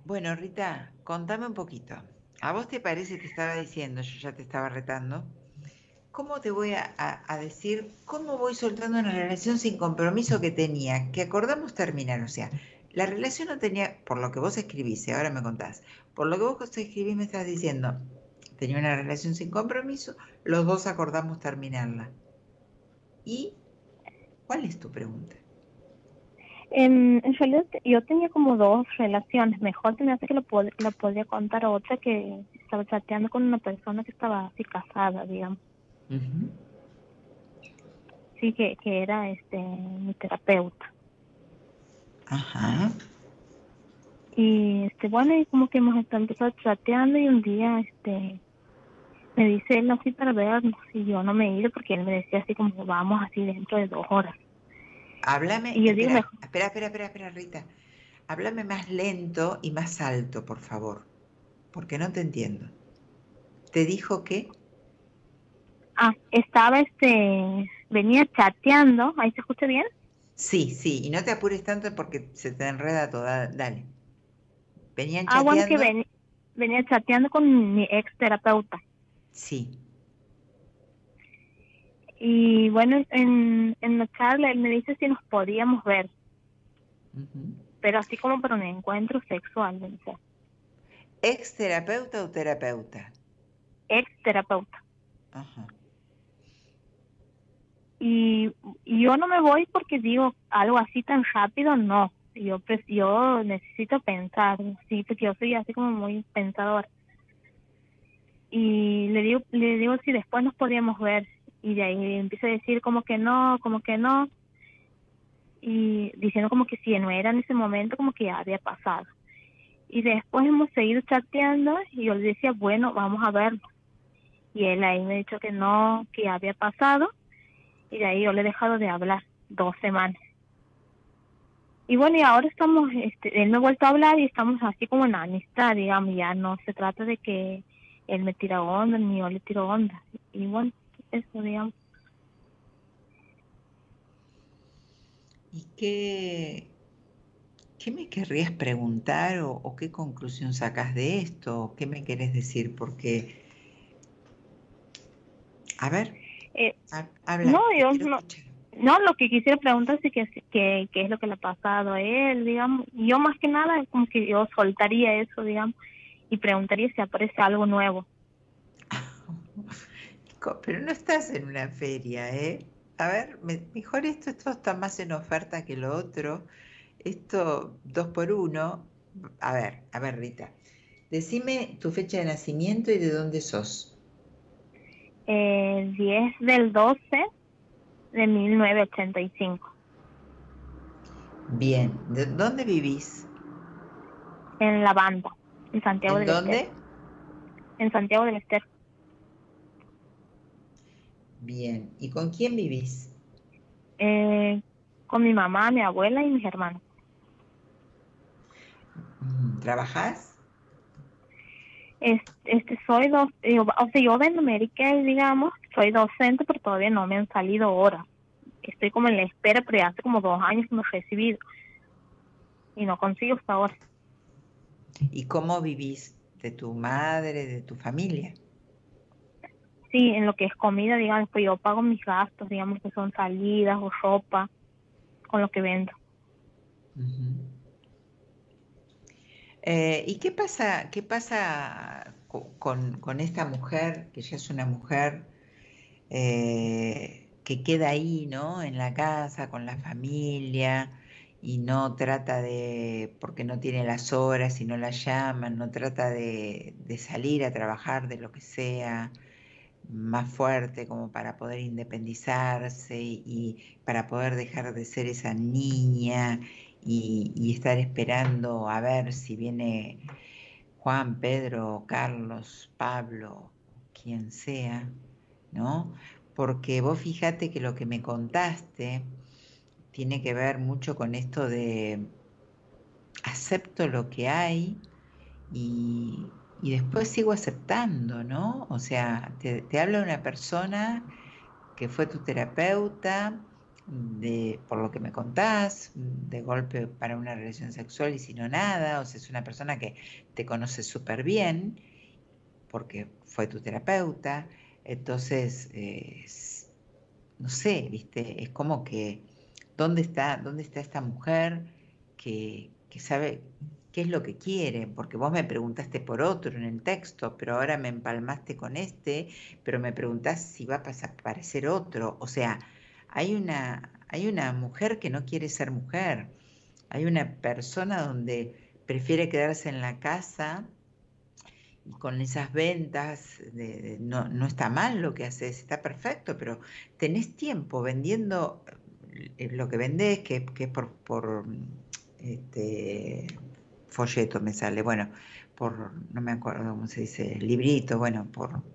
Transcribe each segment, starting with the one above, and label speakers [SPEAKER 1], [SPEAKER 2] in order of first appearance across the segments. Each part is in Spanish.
[SPEAKER 1] Bueno, Rita, contame un poquito. ¿A vos te parece, te estaba diciendo, yo ya te estaba retando, cómo te voy a decir cómo voy soltando una relación sin compromiso que tenía, que acordamos terminar? O sea, la relación no tenía, por lo que vos escribís, y ahora me contás, por lo que vos escribís me estás diciendo, tenía una relación sin compromiso, los dos acordamos terminarla. ¿Y cuál es tu pregunta?
[SPEAKER 2] En realidad yo tenía como dos relaciones. Mejor se me hace que lo podría contar a otra que estaba chateando con una persona que estaba así casada, digamos.
[SPEAKER 1] Ujú.
[SPEAKER 2] Sí, que era mi terapeuta.
[SPEAKER 1] Ajá.
[SPEAKER 2] Y bueno, y como que hemos empezado chateando y un día me dice él así para vernos y yo no me he ido porque él me decía así como vamos así dentro de 2 horas.
[SPEAKER 1] Háblame,
[SPEAKER 2] Y yo digo,
[SPEAKER 1] espera,
[SPEAKER 2] mejor,
[SPEAKER 1] espera, Rita. Háblame más lento y más alto, por favor, porque no te entiendo. ¿Te dijo qué?
[SPEAKER 2] estaba venía chateando, ahí se escucha bien.
[SPEAKER 1] Sí, sí, y no te apures tanto porque se te enreda toda. Dale. ¿Venían
[SPEAKER 2] Bueno,
[SPEAKER 1] chateando?
[SPEAKER 2] venía chateando con mi ex terapeuta.
[SPEAKER 1] Sí.
[SPEAKER 2] Y bueno, en la charla él me dice si nos podíamos ver,
[SPEAKER 1] Ujú.
[SPEAKER 2] pero así como para un encuentro sexual, o sea,
[SPEAKER 1] ¿Ex terapeuta o terapeuta?
[SPEAKER 2] ex terapeuta.
[SPEAKER 1] Ajá.
[SPEAKER 2] Y, y yo no me voy porque digo algo así tan rápido, no. Yo necesito pensar, sí, porque yo soy así como muy pensador. Y le digo si después nos podíamos ver. Y de ahí empieza a decir como que no, y diciendo como que si no era en ese momento, como que ya había pasado. Y después hemos seguido chateando y yo le decía, bueno, vamos a verlo. Y él ahí me ha dicho que no, que ya había pasado. Y de ahí yo le he dejado de hablar 2 semanas. Y bueno, y ahora estamos, él me ha vuelto a hablar y estamos así como en amistad, digamos, ya no se trata de que él me tira onda ni yo le tiro onda. Y bueno, eso, digamos.
[SPEAKER 1] ¿Y qué me querrías preguntar o qué conclusión sacas de esto? ¿O qué me querés decir? Porque, a ver,
[SPEAKER 2] Eh, no,
[SPEAKER 1] habla, te
[SPEAKER 2] yo
[SPEAKER 1] quiero
[SPEAKER 2] no,
[SPEAKER 1] escuchar.
[SPEAKER 2] no, lo que quisiera preguntar es qué es lo que le ha pasado a él, digamos. Y yo más que nada, como que yo soltaría eso, digamos, y preguntaría si aparece algo nuevo.
[SPEAKER 1] Pero no estás en una feria, ¿eh? A ver, mejor esto está más en oferta que lo otro. Esto, dos por uno. A ver, Rita. Decime tu fecha de nacimiento y de dónde sos.
[SPEAKER 2] 10/12/1985,
[SPEAKER 1] Bien, ¿de dónde vivís?
[SPEAKER 2] en La Banda, en Santiago
[SPEAKER 1] ¿En
[SPEAKER 2] del Estero,
[SPEAKER 1] dónde?
[SPEAKER 2] en Santiago del Estero.
[SPEAKER 1] Bien, ¿y con quién vivís?
[SPEAKER 2] Eh, con mi mamá, mi abuela y mis hermanos.
[SPEAKER 1] ¿Trabajás?
[SPEAKER 2] O sea, yo vendo Medicare, digamos, soy docente, pero todavía no me han salido horas. Estoy como en la espera, pero ya hace como 2 años que me he recibido y no consigo hasta ahora.
[SPEAKER 1] ¿Y cómo vivís? ¿De tu madre, de tu familia?
[SPEAKER 2] Sí, en lo que es comida, digamos, pues yo pago mis gastos, digamos, que son salidas o ropa, con lo que vendo.
[SPEAKER 1] Ujú. ¿Y qué pasa con esta mujer, que ya es una mujer que queda ahí, ¿no? En la casa, con la familia, y no trata de, porque no tiene las horas y no la llaman, no trata de salir a trabajar de lo que sea más fuerte como para poder independizarse y para poder dejar de ser esa niña y estar esperando a ver si viene Juan, Pedro, Carlos, Pablo, quien sea, ¿no? Porque vos fíjate que lo que me contaste tiene que ver mucho con esto de acepto lo que hay y después sigo aceptando, ¿no? O sea, te habla una persona que fue tu terapeuta, por lo que me contás, de golpe para una relación sexual y si no nada, o sea, es una persona que te conoce súper bien porque fue tu terapeuta, entonces, no sé, viste, es como que, dónde está esta mujer que sabe qué es lo que quiere? Porque vos me preguntaste por otro en el texto, pero ahora me empalmaste con este, pero me preguntás si va a aparecer otro, o sea, hay una mujer que no quiere ser mujer, hay una persona donde prefiere quedarse en la casa y con esas ventas, no, no está mal lo que haces, está perfecto, pero tenés tiempo vendiendo lo que vendés, que es por este, folleto me sale, bueno, no me acuerdo cómo se dice, librito, bueno,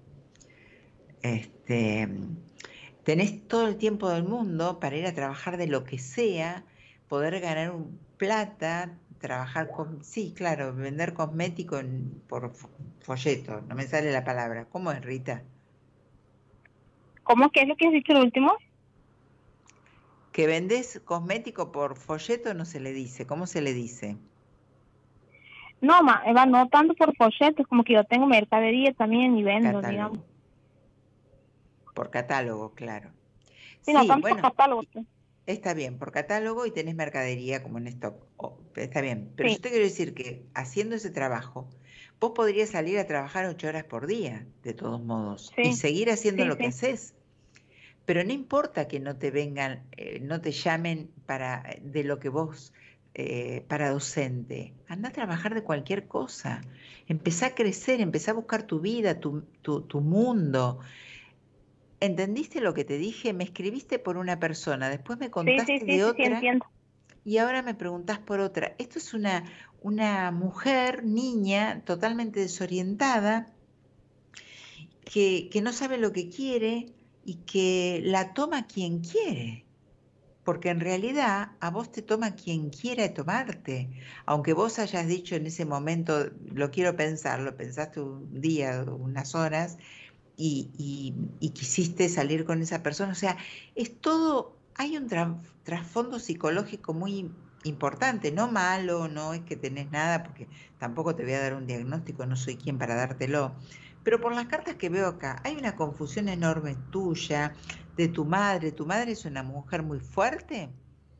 [SPEAKER 1] este, tenés todo el tiempo del mundo para ir a trabajar de lo que sea, poder ganar plata, trabajar con, sí, claro, vender cosmético por folleto, no me sale la palabra. ¿Cómo es, Rita?
[SPEAKER 2] ¿Cómo que es lo que has dicho el último?
[SPEAKER 1] Que vendés cosmético por folleto no se le dice, ¿cómo se le dice?
[SPEAKER 2] No, Eva, no tanto por folletos, como que yo tengo mercadería también y vendo, digamos.
[SPEAKER 1] Catálogo, por catálogo, claro.
[SPEAKER 2] Sí, no
[SPEAKER 1] Sí,
[SPEAKER 2] tanto por
[SPEAKER 1] bueno,
[SPEAKER 2] catálogo, pues.
[SPEAKER 1] está bien, por catálogo y tenés mercadería como en stock. Está bien, pero
[SPEAKER 2] Sí,
[SPEAKER 1] yo te quiero decir que haciendo ese trabajo, vos podrías salir a trabajar 8 horas por día, de todos modos, y
[SPEAKER 2] sí,
[SPEAKER 1] seguir haciendo
[SPEAKER 2] sí,
[SPEAKER 1] lo que
[SPEAKER 2] sí.
[SPEAKER 1] haces. Pero no importa que no te vengan, no te llamen de lo que vos, para docente. Anda a trabajar de cualquier cosa. Empezá a crecer, empezá a buscar tu vida, tu mundo. ¿Entendiste lo que te dije? Me escribiste por una persona, después me
[SPEAKER 2] Sí, sí,
[SPEAKER 1] contaste
[SPEAKER 2] sí,
[SPEAKER 1] de
[SPEAKER 2] sí, sí,
[SPEAKER 1] otra
[SPEAKER 2] entiendo.
[SPEAKER 1] y ahora me preguntás por otra. Esto es una mujer, niña, totalmente desorientada, que no sabe lo que quiere y que la toma quien quiere. Porque en realidad a vos te toma quien quiera tomarte. Aunque vos hayas dicho en ese momento, lo quiero pensar, lo pensaste un día, unas horas, y quisiste salir con esa persona. O sea, es todo, hay un trasfondo psicológico muy importante, no malo, no es que tenés nada, porque tampoco te voy a dar un diagnóstico, no soy quien para dártelo. Pero por las cartas que veo acá, hay una confusión enorme tuya, de tu madre. ¿Tu madre es una mujer muy fuerte?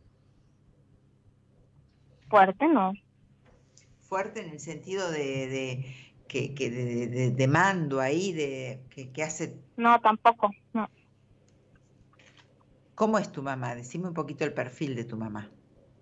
[SPEAKER 2] Fuerte, no.
[SPEAKER 1] Fuerte en el sentido de mando ahí, que hace.
[SPEAKER 2] No, tampoco, no.
[SPEAKER 1] ¿Cómo es tu mamá? Decime un poquito el perfil de tu mamá.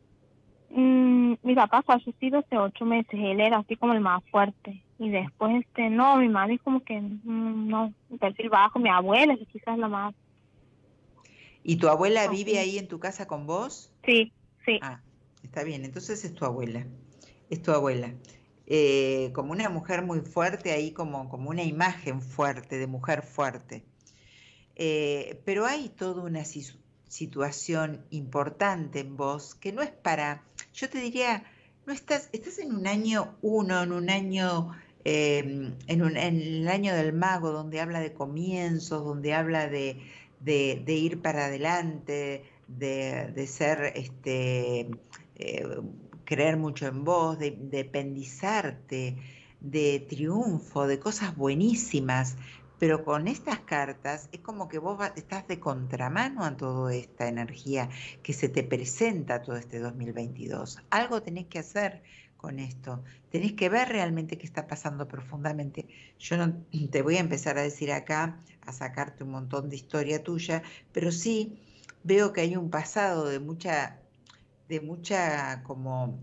[SPEAKER 2] Mi papá fallecido hace 8 meses, él era así como el más fuerte. Y después, no, mi madre es como que, no, un perfil bajo, mi abuela es quizás la más
[SPEAKER 1] ¿Y tu abuela vive
[SPEAKER 2] así.
[SPEAKER 1] ahí en tu casa con vos?
[SPEAKER 2] Sí, sí,
[SPEAKER 1] Ah, está bien, entonces es tu abuela. Es tu abuela. Como una mujer muy fuerte, ahí como una imagen fuerte, de mujer fuerte. Pero hay toda una situación importante en vos que no es yo te diría, no estás en un año uno, en un año, en el año del mago, donde habla de comienzos, donde habla de ir para adelante, de ser, eh, creer mucho en vos, de independizarte, de triunfo, de cosas buenísimas. Pero con estas cartas es como que vos estás de contramano a toda esta energía que se te presenta todo este 2022. Algo tenés que hacer con esto. Tenés que ver realmente qué está pasando profundamente. Yo no te voy a empezar a decir acá, a sacarte un montón de historia tuya, pero sí veo que hay un pasado de mucha como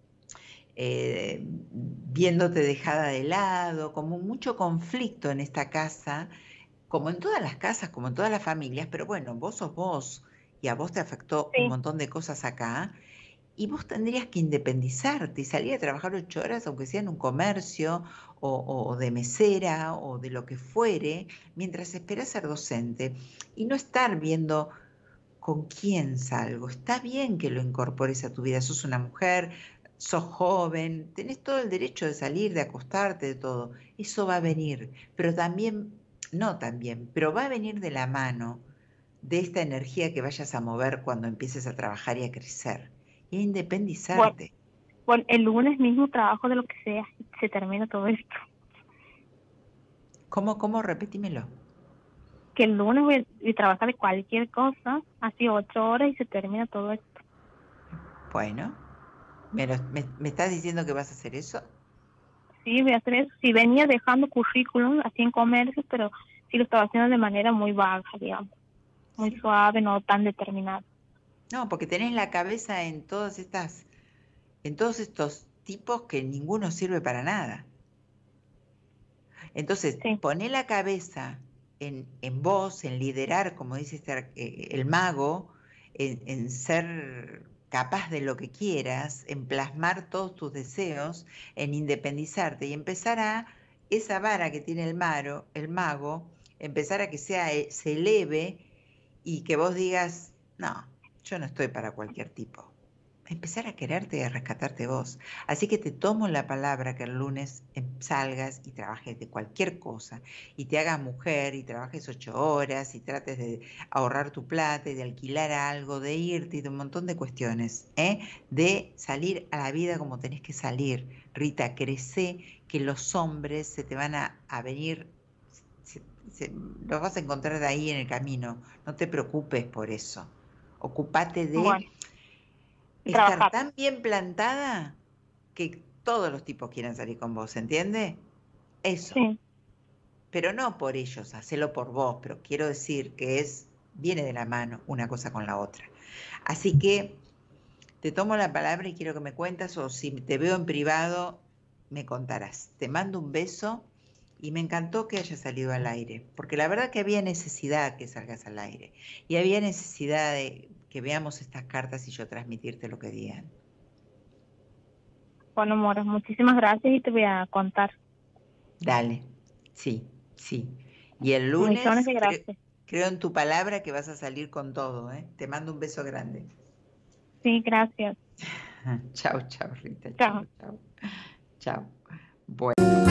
[SPEAKER 1] viéndote dejada de lado, como mucho conflicto en esta casa, como en todas las casas, como en todas las familias, pero bueno, vos sos vos y a vos te afectó un
[SPEAKER 2] sí,
[SPEAKER 1] montón de cosas acá y vos tendrías que independizarte y salir a trabajar 8 horas, aunque sea en un comercio o de mesera o de lo que fuere, mientras esperás ser docente y no estar viendo con quién salgo. Está bien que lo incorpores a tu vida, sos una mujer, sos joven, tenés todo el derecho de salir, de acostarte, de todo. Eso va a venir, pero también, no también, pero va a venir de la mano de esta energía que vayas a mover cuando empieces a trabajar y a crecer. Y a
[SPEAKER 2] Bueno,
[SPEAKER 1] independizarte.
[SPEAKER 2] bueno, el lunes mismo trabajo de lo que sea, se termina todo esto.
[SPEAKER 1] ¿Cómo? Repetímelo.
[SPEAKER 2] Que el lunes voy a trabajar de cualquier cosa, así 8 horas y se termina todo esto.
[SPEAKER 1] Bueno, ¿me estás diciendo que vas a hacer eso?
[SPEAKER 2] Sí, voy a hacer eso. Sí, venía dejando currículum así en comercio, pero sí lo estaba haciendo de manera muy vaga, digamos, muy
[SPEAKER 1] Sí.
[SPEAKER 2] suave, no tan determinada.
[SPEAKER 1] No, porque tenés la cabeza en todos estos tipos que ninguno sirve para nada. Entonces,
[SPEAKER 2] Sí,
[SPEAKER 1] poné la cabeza en vos, en liderar, como dice el mago, en ser capaz de lo que quieras, en plasmar todos tus deseos, en independizarte y empezar a esa vara que tiene el mago, empezar a que se eleve y que vos digas, no, yo no estoy para cualquier tipo. Empezar a quererte y a rescatarte vos. Así que te tomo la palabra que el lunes salgas y trabajes de cualquier cosa y te hagas mujer y trabajes 8 horas y trates de ahorrar tu plata y de alquilar algo, de irte y de un montón de cuestiones, de salir a la vida como tenés que salir. Rita, crecé que los hombres se te van a venir, los vas a encontrar de ahí en el camino. No te preocupes por eso. Ocupate
[SPEAKER 2] bueno,
[SPEAKER 1] de estar
[SPEAKER 2] trabajar.
[SPEAKER 1] tan bien plantada que todos los tipos quieran salir con vos, ¿entiendes? Eso.
[SPEAKER 2] Sí,
[SPEAKER 1] Pero no por ellos, hacelo por vos, pero quiero decir que viene de la mano una cosa con la otra. Así que te tomo la palabra y quiero que me cuentas, o si te veo en privado, me contarás. Te mando un beso y me encantó que hayas salido al aire, porque la verdad que había necesidad que salgas al aire y había necesidad de que veamos estas cartas y yo transmitirte lo que digan.
[SPEAKER 2] bueno, Mora, muchísimas gracias y te voy a contar.
[SPEAKER 1] Dale, sí, sí. Y el
[SPEAKER 2] Millones
[SPEAKER 1] lunes
[SPEAKER 2] de gracias.
[SPEAKER 1] creo en tu palabra que vas a salir con todo, ¿eh? Te mando un beso grande.
[SPEAKER 2] Sí, gracias.
[SPEAKER 1] Chao, chao, Rita, chao,
[SPEAKER 2] Chao.
[SPEAKER 1] chao. Chao. Bueno.